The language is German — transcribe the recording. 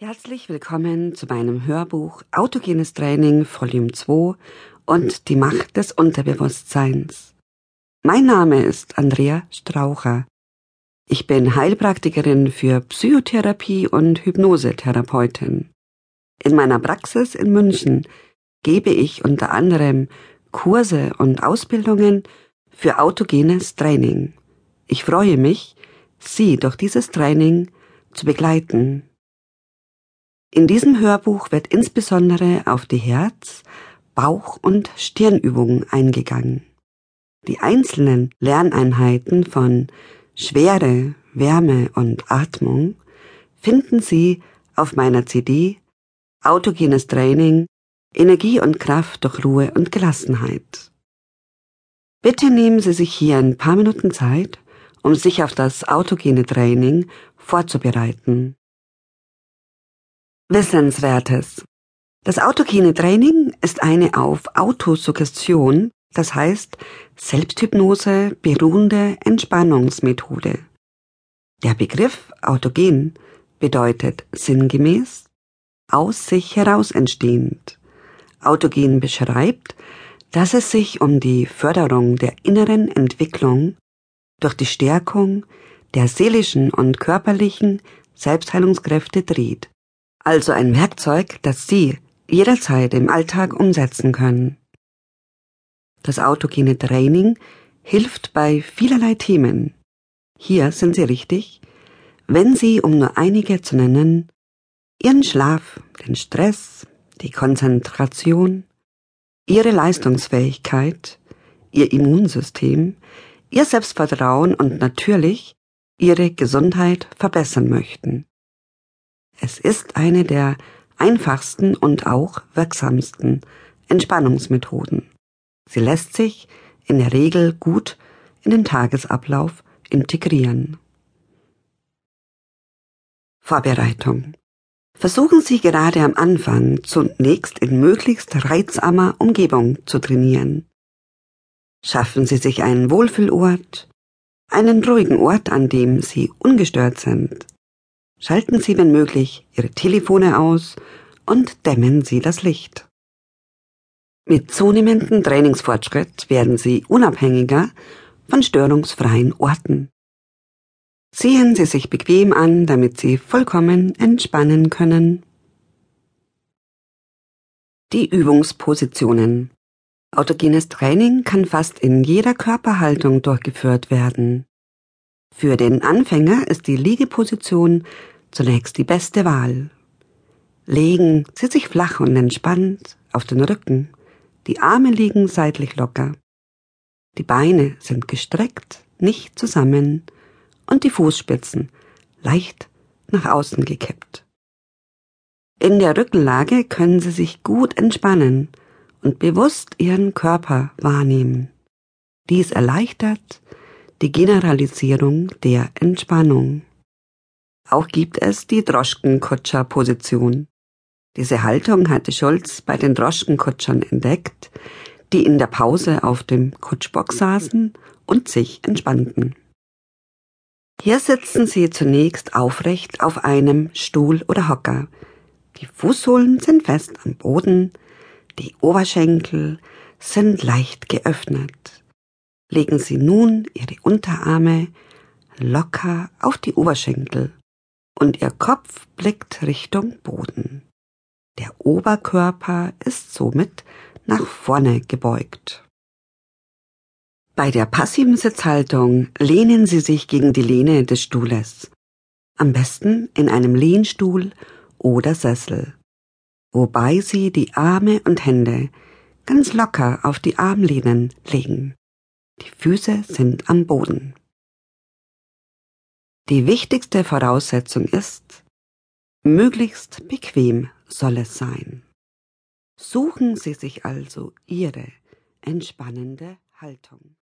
Herzlich willkommen zu meinem Hörbuch Autogenes Training Volume 2 und die Macht des Unterbewusstseins. Mein Name ist Andrea Straucher. Ich bin Heilpraktikerin für Psychotherapie und Hypnosetherapeutin. In meiner Praxis in München gebe ich unter anderem Kurse und Ausbildungen für autogenes Training. Ich freue mich, Sie durch dieses Training zu begleiten. In diesem Hörbuch wird insbesondere auf die Herz-, Bauch- und Stirnübungen eingegangen. Die einzelnen Lerneinheiten von Schwere, Wärme und Atmung finden Sie auf meiner CD Autogenes Training, Energie und Kraft durch Ruhe und Gelassenheit. Bitte nehmen Sie sich hier ein paar Minuten Zeit, um sich auf das autogene Training vorzubereiten. Wissenswertes. Das autogene Training ist eine auf Autosuggestion, das heißt Selbsthypnose beruhende Entspannungsmethode. Der Begriff autogen bedeutet sinngemäß aus sich heraus entstehend. Autogen beschreibt, dass es sich um die Förderung der inneren Entwicklung durch die Stärkung der seelischen und körperlichen Selbstheilungskräfte dreht. Also ein Werkzeug, das Sie jederzeit im Alltag umsetzen können. Das autogene Training hilft bei vielerlei Themen. Hier sind Sie richtig, wenn Sie, um nur einige zu nennen, Ihren Schlaf, den Stress, die Konzentration, Ihre Leistungsfähigkeit, Ihr Immunsystem, Ihr Selbstvertrauen und natürlich Ihre Gesundheit verbessern möchten. Es ist eine der einfachsten und auch wirksamsten Entspannungsmethoden. Sie lässt sich in der Regel gut in den Tagesablauf integrieren. Vorbereitung. Versuchen Sie gerade am Anfang zunächst in möglichst reizarmer Umgebung zu trainieren. Schaffen Sie sich einen Wohlfühlort, einen ruhigen Ort, an dem Sie ungestört sind. Schalten Sie, wenn möglich, Ihre Telefone aus und dämmen Sie das Licht. Mit zunehmendem Trainingsfortschritt werden Sie unabhängiger von störungsfreien Orten. Ziehen Sie sich bequem an, damit Sie vollkommen entspannen können. Die Übungspositionen. Autogenes Training kann fast in jeder Körperhaltung durchgeführt werden. Für den Anfänger ist die Liegeposition zunächst die beste Wahl. Legen Sie sich flach und entspannt auf den Rücken. Die Arme liegen seitlich locker. Die Beine sind gestreckt, nicht zusammen und die Fußspitzen leicht nach außen gekippt. In der Rückenlage können Sie sich gut entspannen und bewusst Ihren Körper wahrnehmen. Dies erleichtert die Generalisierung der Entspannung. Auch gibt es die Droschkenkutscher-Position. Diese Haltung hatte Schulz bei den Droschkenkutschern entdeckt, die in der Pause auf dem Kutschbock saßen und sich entspannten. Hier sitzen Sie zunächst aufrecht auf einem Stuhl oder Hocker. Die Fußsohlen sind fest am Boden, die Oberschenkel sind leicht geöffnet. Legen Sie nun Ihre Unterarme locker auf die Oberschenkel und Ihr Kopf blickt Richtung Boden. Der Oberkörper ist somit nach vorne gebeugt. Bei der passiven Sitzhaltung lehnen Sie sich gegen die Lehne des Stuhles. Am besten in einem Lehnstuhl oder Sessel, wobei Sie die Arme und Hände ganz locker auf die Armlehnen legen. Die Füße sind am Boden. Die wichtigste Voraussetzung ist, möglichst bequem soll es sein. Suchen Sie sich also Ihre entspannende Haltung.